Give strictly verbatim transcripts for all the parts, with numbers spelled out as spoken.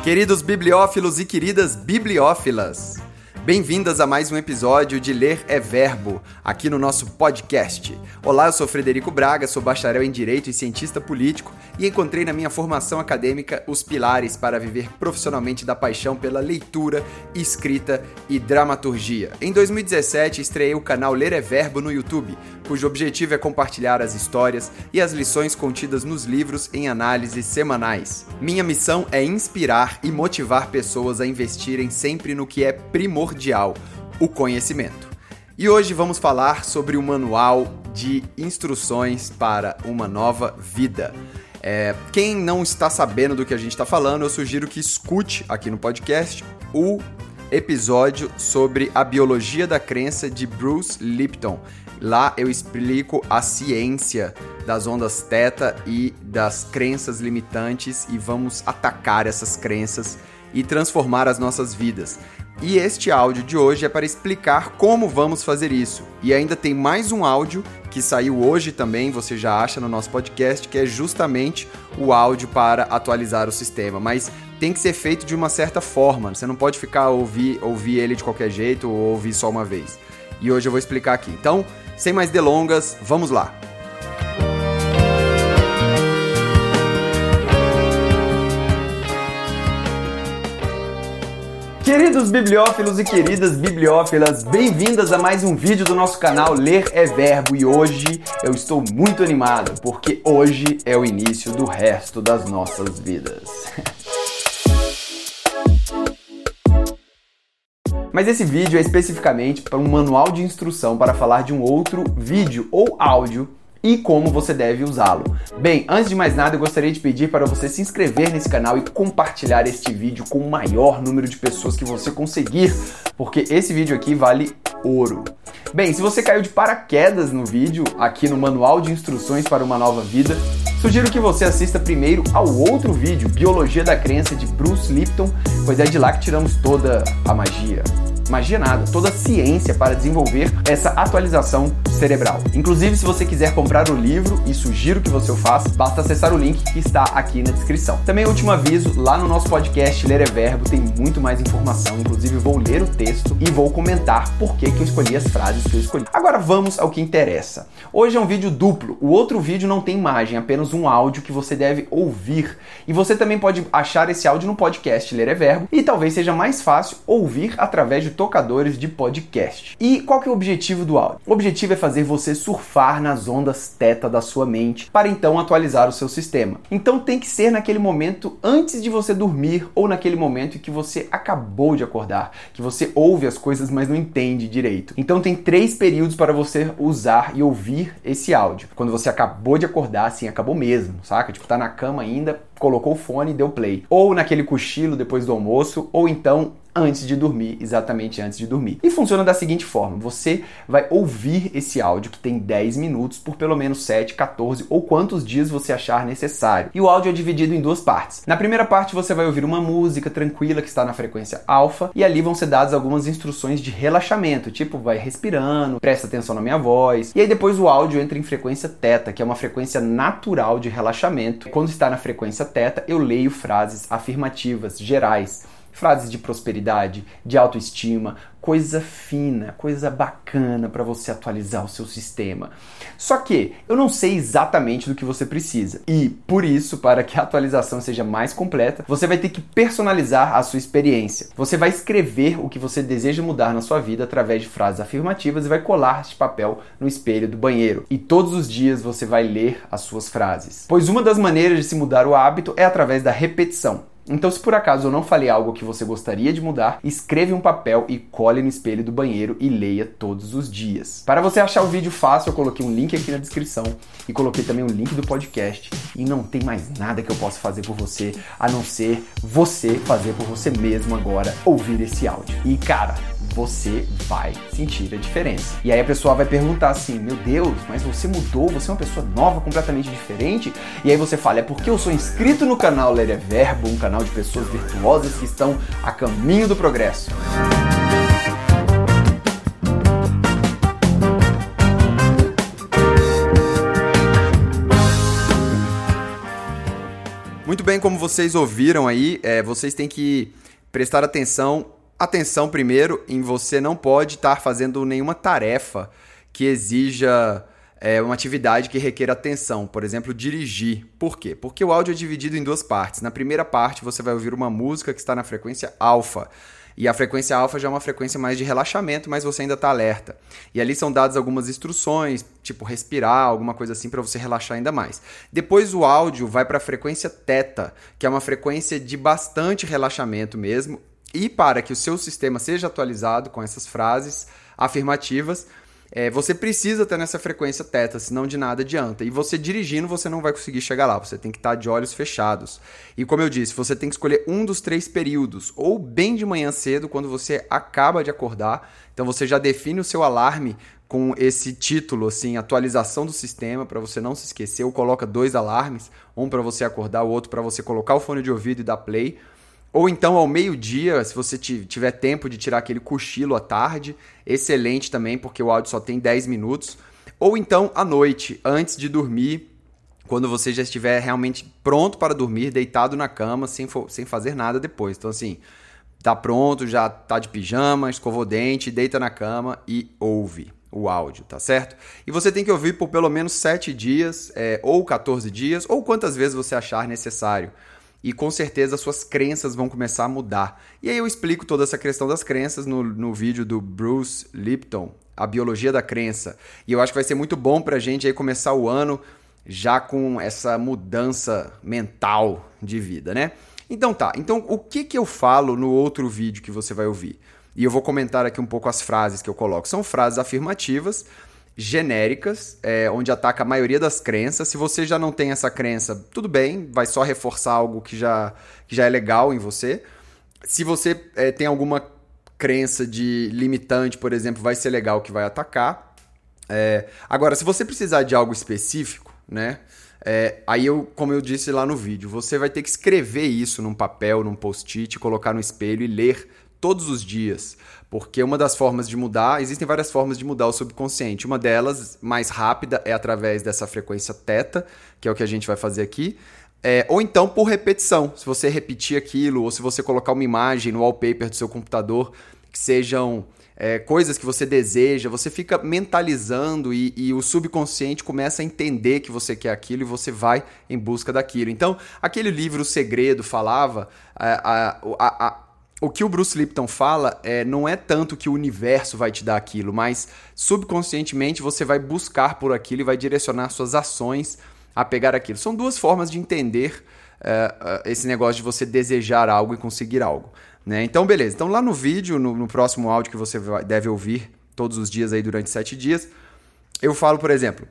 Queridos bibliófilos e queridas bibliófilas, bem-vindas a mais um episódio de Ler é Verbo, aqui no nosso podcast. Olá, eu sou Frederico Braga, sou bacharel em Direito e cientista político e encontrei na minha formação acadêmica os pilares para viver profissionalmente da paixão pela leitura, escrita e dramaturgia. Em dois mil e dezessete, estreiei o canal Ler é Verbo no YouTube, cujo objetivo é compartilhar as histórias e as lições contidas nos livros em análises semanais. Minha missão é inspirar e motivar pessoas a investirem sempre no que é primordial, o conhecimento. E hoje vamos falar sobre o Manual de Instruções para uma Nova Vida. É, quem não está sabendo do que a gente está falando, eu sugiro que escute aqui no podcast o episódio sobre a biologia da crença de Bruce Lipton. Lá eu explico a ciência das ondas θ e das crenças limitantes e vamos atacar essas crenças e transformar as nossas vidas. E este áudio de hoje é para explicar como vamos fazer isso. E ainda tem mais um áudio que saiu hoje também, você já acha no nosso podcast, que é justamente o áudio para atualizar o sistema. Mas tem que ser feito de uma certa forma, você não pode ficar ouvir, ouvir ele de qualquer jeito ou ouvir só uma vez. E hoje eu vou explicar aqui. Então, sem mais delongas, vamos lá! Queridos bibliófilos e queridas bibliófilas, bem-vindas a mais um vídeo do nosso canal Ler é Verbo e hoje eu estou muito animado porque hoje é o início do resto das nossas vidas. Mas esse vídeo é especificamente para um manual de instrução para falar de um outro vídeo ou áudio e como você deve usá-lo. Bem, antes de mais nada, eu gostaria de pedir para você se inscrever nesse canal e compartilhar este vídeo com o maior número de pessoas que você conseguir, porque esse vídeo aqui vale ouro. Bem, se você caiu de paraquedas no vídeo, aqui no Manual de Instruções para uma Nova Vida, sugiro que você assista primeiro ao outro vídeo, Biologia da Crença de Bruce Lipton, pois é de lá que tiramos toda a magia. Magia nada, toda a ciência para desenvolver essa atualização cerebral. Inclusive, se você quiser comprar o livro, e sugiro que você o faça, basta acessar o link que está aqui na descrição. Também, último aviso, lá no nosso podcast Ler é Verbo tem muito mais informação, inclusive vou ler o texto e vou comentar por que, que eu escolhi as frases que eu escolhi. Agora vamos ao que interessa. Hoje é um vídeo duplo, o outro vídeo não tem imagem, apenas um áudio que você deve ouvir. E você também pode achar esse áudio no podcast Ler é Verbo e talvez seja mais fácil ouvir através de tocadores de podcast. E qual que é o objetivo do áudio? O objetivo é fazer você surfar nas ondas θ da sua mente para então atualizar o seu sistema. Então tem que ser naquele momento antes de você dormir ou naquele momento em que você acabou de acordar, que você ouve as coisas mas não entende direito. Então tem três períodos para você usar e ouvir esse áudio. Quando você acabou de acordar, assim, acabou mesmo, saca? Tipo, tá na cama ainda, colocou o fone e deu play. Ou naquele cochilo depois do almoço, ou então antes de dormir, exatamente antes de dormir. E funciona da seguinte forma, você vai ouvir esse áudio que tem dez minutos por pelo menos sete, quatorze ou quantos dias você achar necessário. E o áudio é dividido em duas partes. Na primeira parte você vai ouvir uma música tranquila que está na frequência alfa e ali vão ser dadas algumas instruções de relaxamento, tipo vai respirando, presta atenção na minha voz. E aí depois o áudio entra em frequência θ, que é uma frequência natural de relaxamento. Quando está na frequência θ, eu leio frases afirmativas, gerais. Frases de prosperidade, de autoestima, coisa fina, coisa bacana para você atualizar o seu sistema. Só que eu não sei exatamente do que você precisa e, por isso, para que a atualização seja mais completa, você vai ter que personalizar a sua experiência. Você vai escrever o que você deseja mudar na sua vida através de frases afirmativas e vai colar este papel no espelho do banheiro. E todos os dias você vai ler as suas frases. Pois uma das maneiras de se mudar o hábito é através da repetição. Então, se por acaso eu não falei algo que você gostaria de mudar, escreve um papel e cole no espelho do banheiro e leia todos os dias. Para você achar o vídeo fácil, eu coloquei um link aqui na descrição e coloquei também o link do podcast. E não tem mais nada que eu possa fazer por você, a não ser você fazer por você mesmo agora, ouvir esse áudio. E cara, você vai sentir a diferença. E aí a pessoa vai perguntar assim, meu Deus, mas você mudou, você é uma pessoa nova, completamente diferente? E aí você fala, é porque eu sou inscrito no canal Ler é Verbo, um canal de pessoas virtuosas que estão a caminho do progresso. Muito bem, como vocês ouviram aí, é, vocês têm que prestar atenção, atenção primeiro em você não pode estar fazendo nenhuma tarefa que exija é, uma atividade que requer atenção, por exemplo, dirigir. Por quê? Porque o áudio é dividido em duas partes. Na primeira parte você vai ouvir uma música que está na frequência alfa. E a frequência alfa já é uma frequência mais de relaxamento, mas você ainda está alerta. E ali são dadas algumas instruções, tipo respirar, alguma coisa assim, para você relaxar ainda mais. Depois o áudio vai para a frequência teta, que é uma frequência de bastante relaxamento mesmo. E para que o seu sistema seja atualizado com essas frases afirmativas, É, você precisa estar nessa frequência teta, senão de nada adianta. E você dirigindo, você não vai conseguir chegar lá. Você tem que estar de olhos fechados. E como eu disse, você tem que escolher um dos três períodos. Ou bem de manhã cedo, quando você acaba de acordar. Então você já define o seu alarme com esse título, assim, atualização do sistema, para você não se esquecer. Ou coloca dois alarmes, um para você acordar, o outro para você colocar o fone de ouvido e dar play. Ou então ao meio-dia, se você tiver tempo de tirar aquele cochilo à tarde, excelente também, porque o áudio só tem dez minutos. Ou então à noite, antes de dormir, quando você já estiver realmente pronto para dormir, deitado na cama, sem, sem fazer nada depois. Então assim, tá pronto, já tá de pijama, escovou o dente, deita na cama e ouve o áudio, tá certo? E você tem que ouvir por pelo menos sete dias, é, ou quatorze dias, ou quantas vezes você achar necessário. E com certeza as suas crenças vão começar a mudar. E aí eu explico toda essa questão das crenças no, no vídeo do Bruce Lipton, A Biologia da Crença. E eu acho que vai ser muito bom pra gente aí começar o ano já com essa mudança mental de vida, né? Então tá, então o que que eu falo no outro vídeo que você vai ouvir? E eu vou comentar aqui um pouco as frases que eu coloco. São frases afirmativas, genéricas, é, onde ataca a maioria das crenças. Se você já não tem essa crença, tudo bem, vai só reforçar algo que já, que já é legal em você. Se você é, tem alguma crença de limitante, por exemplo, vai ser legal que vai atacar. É, agora, se você precisar de algo específico, né? É, aí, eu, como eu disse lá no vídeo, você vai ter que escrever isso num papel, num post-it, colocar no espelho e ler todos os dias. Porque uma das formas de mudar, existem várias formas de mudar o subconsciente. Uma delas, mais rápida, é através dessa frequência teta, que é o que a gente vai fazer aqui. É, ou então por repetição. Se você repetir aquilo, ou se você colocar uma imagem no wallpaper do seu computador, que sejam é, coisas que você deseja, você fica mentalizando e, e o subconsciente começa a entender que você quer aquilo e você vai em busca daquilo. Então, aquele livro O Segredo falava... A, a, a, a O que o Bruce Lipton fala é, não é tanto que o universo vai te dar aquilo, mas subconscientemente você vai buscar por aquilo e vai direcionar suas ações a pegar aquilo. São duas formas de entender uh, uh, esse negócio de você desejar algo e conseguir algo, né? Então, beleza. Então, lá no vídeo, no, no próximo áudio que você vai, deve ouvir todos os dias aí durante sete dias, eu falo, por exemplo,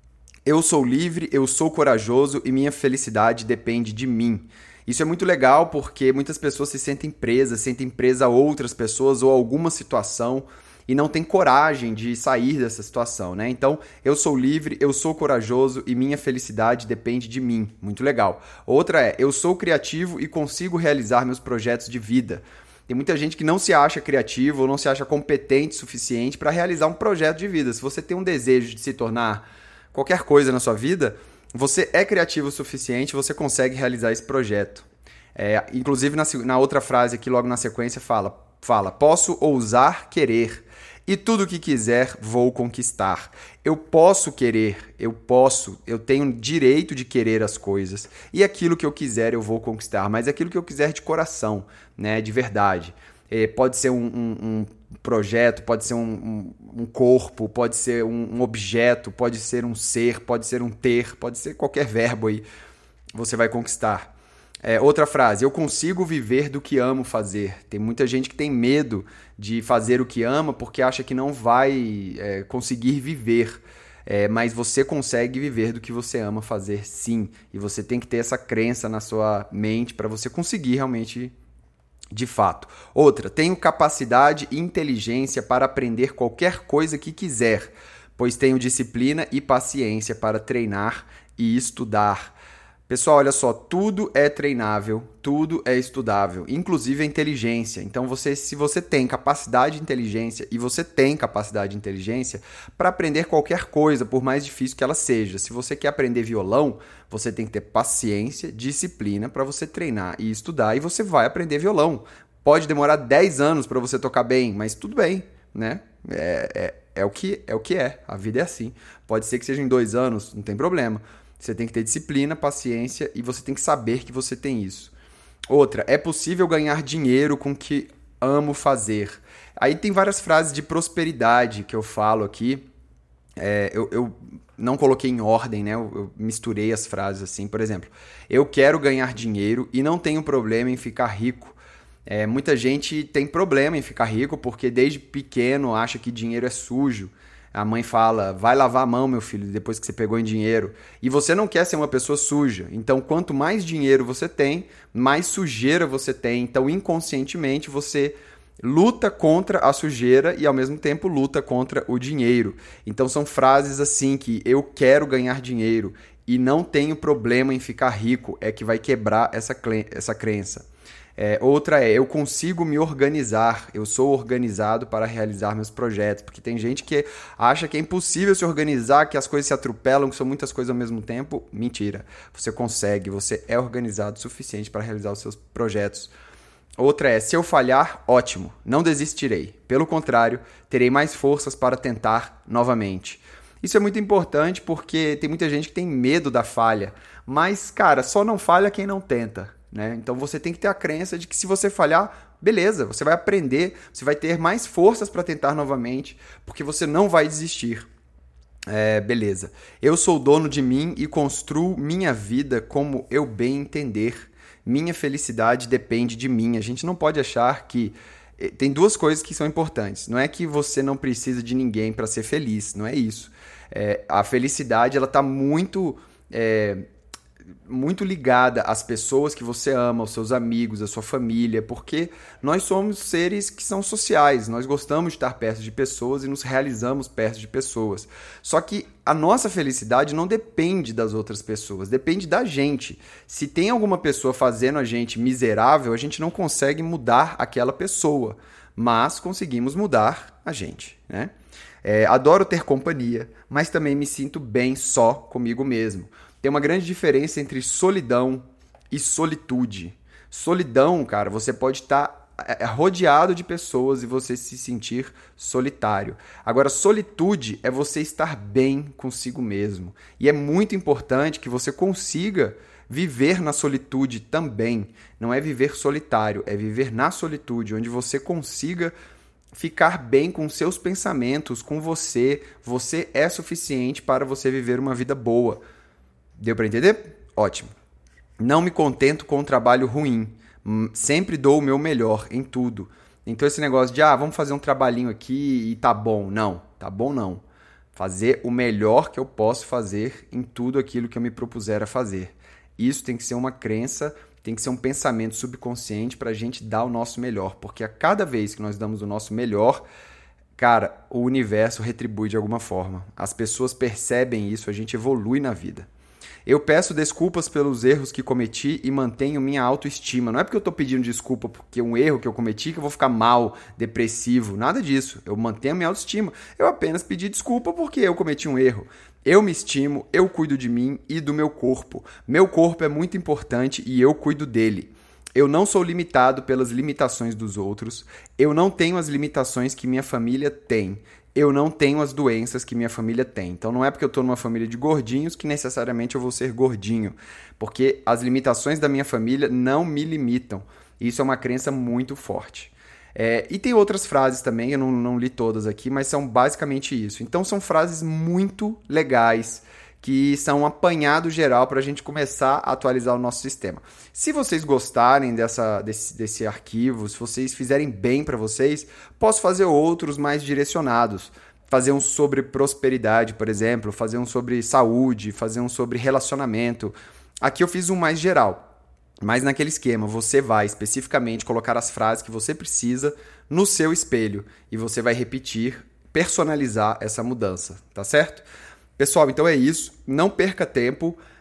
eu sou livre, eu sou corajoso e minha felicidade depende de mim. Isso é muito legal porque muitas pessoas se sentem presas, sentem presa a outras pessoas ou a alguma situação e não têm coragem de sair dessa situação, né? Então, eu sou livre, eu sou corajoso e minha felicidade depende de mim. Muito legal. Outra é, eu sou criativo e consigo realizar meus projetos de vida. Tem muita gente que não se acha criativo ou não se acha competente o suficiente para realizar um projeto de vida. Se você tem um desejo de se tornar qualquer coisa na sua vida, você é criativo o suficiente, você consegue realizar esse projeto. É, inclusive, na, na outra frase aqui, logo na sequência, fala, fala, posso ousar querer, e tudo o que quiser vou conquistar. Eu posso querer, eu posso, eu tenho direito de querer as coisas, e aquilo que eu quiser eu vou conquistar, mas aquilo que eu quiser de coração, né, de verdade. É, pode ser um, um, um projeto, pode ser um, um, um corpo, pode ser um, um objeto, pode ser um ser, pode ser um ter, pode ser qualquer verbo aí, você vai conquistar. É, outra frase, eu consigo viver do que amo fazer. Tem muita gente que tem medo de fazer o que ama porque acha que não vai é, conseguir viver. É, mas você consegue viver do que você ama fazer, sim. E você tem que ter essa crença na sua mente para você conseguir realmente, de fato. Outra, tenho capacidade e inteligência para aprender qualquer coisa que quiser, pois tenho disciplina e paciência para treinar e estudar. Pessoal, olha só, tudo é treinável, tudo é estudável, inclusive a inteligência. Então, você, se você tem capacidade de inteligência, e você tem capacidade de inteligência para aprender qualquer coisa, por mais difícil que ela seja. Se você quer aprender violão, você tem que ter paciência, disciplina para você treinar e estudar, e você vai aprender violão. Pode demorar dez anos para você tocar bem, mas tudo bem, né? É, é, é, o que, é o que é, a vida é assim. Pode ser que seja em dois anos, não tem problema. Você tem que ter disciplina, paciência e você tem que saber que você tem isso. Outra, é possível ganhar dinheiro com o que amo fazer. Aí tem várias frases de prosperidade que eu falo aqui. É, eu, eu não coloquei em ordem, né? Eu, eu misturei as frases assim. Por exemplo, eu quero ganhar dinheiro e não tenho problema em ficar rico. É, muita gente tem problema em ficar rico porque desde pequeno acha que dinheiro é sujo. A mãe fala, vai lavar a mão, meu filho, depois que você pegou em dinheiro. E você não quer ser uma pessoa suja. Então, quanto mais dinheiro você tem, mais sujeira você tem. Então, inconscientemente, você luta contra a sujeira e, ao mesmo tempo, luta contra o dinheiro. Então, são frases assim que eu quero ganhar dinheiro e não tenho problema em ficar rico, é que vai quebrar essa, essa crença. É, outra é, eu consigo me organizar, eu sou organizado para realizar meus projetos, porque tem gente que acha que é impossível se organizar, que as coisas se atropelam, que são muitas coisas ao mesmo tempo. Mentira, você consegue, você é organizado o suficiente para realizar os seus projetos. Outra é, se eu falhar, ótimo, não desistirei, pelo contrário, terei mais forças para tentar novamente. Isso é muito importante porque tem muita gente que tem medo da falha, mas, cara, só não falha quem não tenta. Né? Então você tem que ter a crença de que se você falhar, beleza, você vai aprender, você vai ter mais forças para tentar novamente, porque você não vai desistir. É, beleza. Eu sou dono de mim e construo minha vida como eu bem entender. Minha felicidade depende de mim. A gente não pode achar que... Tem duas coisas que são importantes. Não é que você não precisa de ninguém para ser feliz, não é isso. É, a felicidade ela está muito... É, muito ligada às pessoas que você ama, aos seus amigos, à sua família, porque nós somos seres que são sociais, nós gostamos de estar perto de pessoas e nos realizamos perto de pessoas. Só que a nossa felicidade não depende das outras pessoas, depende da gente. Se tem alguma pessoa fazendo a gente miserável, a gente não consegue mudar aquela pessoa, mas conseguimos mudar a gente, né? É, adoro ter companhia, mas também me sinto bem só comigo mesmo. Tem uma grande diferença entre solidão e solitude. Solidão, cara, você pode estar rodeado de pessoas e você se sentir solitário. Agora, solitude é você estar bem consigo mesmo. E é muito importante que você consiga viver na solitude também. Não é viver solitário, é viver na solitude, onde você consiga ficar bem com seus pensamentos, com você. Você é suficiente para você viver uma vida boa. Deu para entender? Ótimo. Não me contento com um trabalho ruim. Sempre dou o meu melhor em tudo. Então esse negócio de, ah, vamos fazer um trabalhinho aqui e tá bom. Não, tá bom não. Fazer o melhor que eu posso fazer em tudo aquilo que eu me propuser a fazer. Isso tem que ser uma crença, tem que ser um pensamento subconsciente para a gente dar o nosso melhor. Porque a cada vez que nós damos o nosso melhor, cara, o universo retribui de alguma forma. As pessoas percebem isso, a gente evolui na vida. Eu peço desculpas pelos erros que cometi e mantenho minha autoestima. Não é porque eu estou pedindo desculpa porque um erro que eu cometi que eu vou ficar mal, depressivo, nada disso. Eu mantenho minha autoestima. Eu apenas pedi desculpa porque eu cometi um erro. Eu me estimo, eu cuido de mim e do meu corpo. Meu corpo é muito importante e eu cuido dele. Eu não sou limitado pelas limitações dos outros. Eu não tenho as limitações que minha família tem. Eu não tenho as doenças que minha família tem. Então não é porque eu estou numa família de gordinhos que necessariamente eu vou ser gordinho. Porque as limitações da minha família não me limitam. Isso é uma crença muito forte. É, e tem outras frases também, eu não, não li todas aqui, mas são basicamente isso. Então são frases muito legais, que são um apanhado geral para a gente começar a atualizar o nosso sistema. Se vocês gostarem dessa, desse, desse arquivo, se vocês fizerem bem para vocês, posso fazer outros mais direcionados. Fazer um sobre prosperidade, por exemplo, fazer um sobre saúde, fazer um sobre relacionamento. Aqui eu fiz um mais geral, mas naquele esquema você vai especificamente colocar as frases que você precisa no seu espelho e você vai repetir, personalizar essa mudança, tá certo? Pessoal, então é isso. Não perca tempo.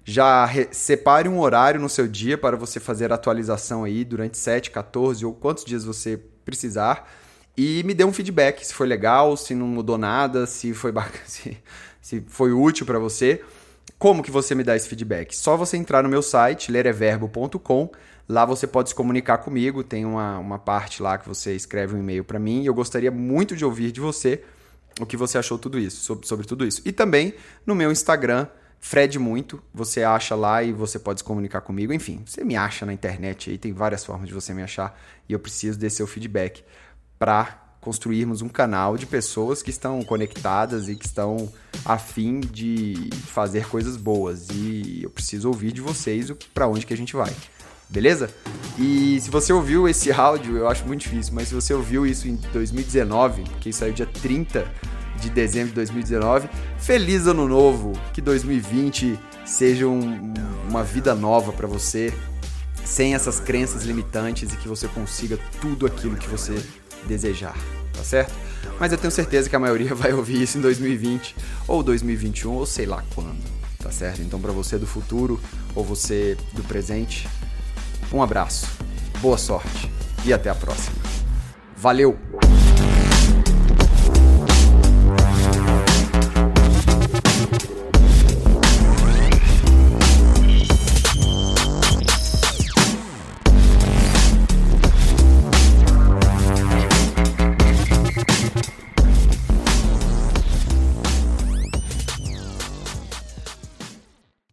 Já re- separe um horário no seu dia para você fazer a atualização aí durante sete, quatorze ou quantos dias você precisar. E me dê um feedback se foi legal, se não mudou nada, se foi, bac... se, se foi útil para você. Como que você me dá esse feedback? Só você entrar no meu site, ler é verbo ponto com. Lá você pode se comunicar comigo. Tem uma, uma parte lá que você escreve um e-mail para mim. E eu gostaria muito de ouvir de você o que você achou tudo isso, sobre, sobre tudo isso. E também no meu Instagram, Fred Muito. Você acha lá e você pode se comunicar comigo. Enfim, você me acha na internet aí. Tem várias formas de você me achar. E eu preciso desse seu feedback para construirmos um canal de pessoas que estão conectadas e que estão a fim de fazer coisas boas. E eu preciso ouvir de vocês para onde que a gente vai. Beleza? E se você ouviu esse áudio, eu acho muito difícil, mas se você ouviu isso em dois mil e dezenove, que isso saiu dia trinta de dezembro de dois mil e dezenove, feliz ano novo! Que dois mil e vinte seja um, uma vida nova para você, sem essas crenças limitantes e que você consiga tudo aquilo que você desejar, tá certo? Mas eu tenho certeza que a maioria vai ouvir isso em dois mil e vinte ou dois mil e vinte e um ou sei lá quando, tá certo? Então para você do futuro ou você do presente, um abraço, boa sorte e até a próxima. Valeu!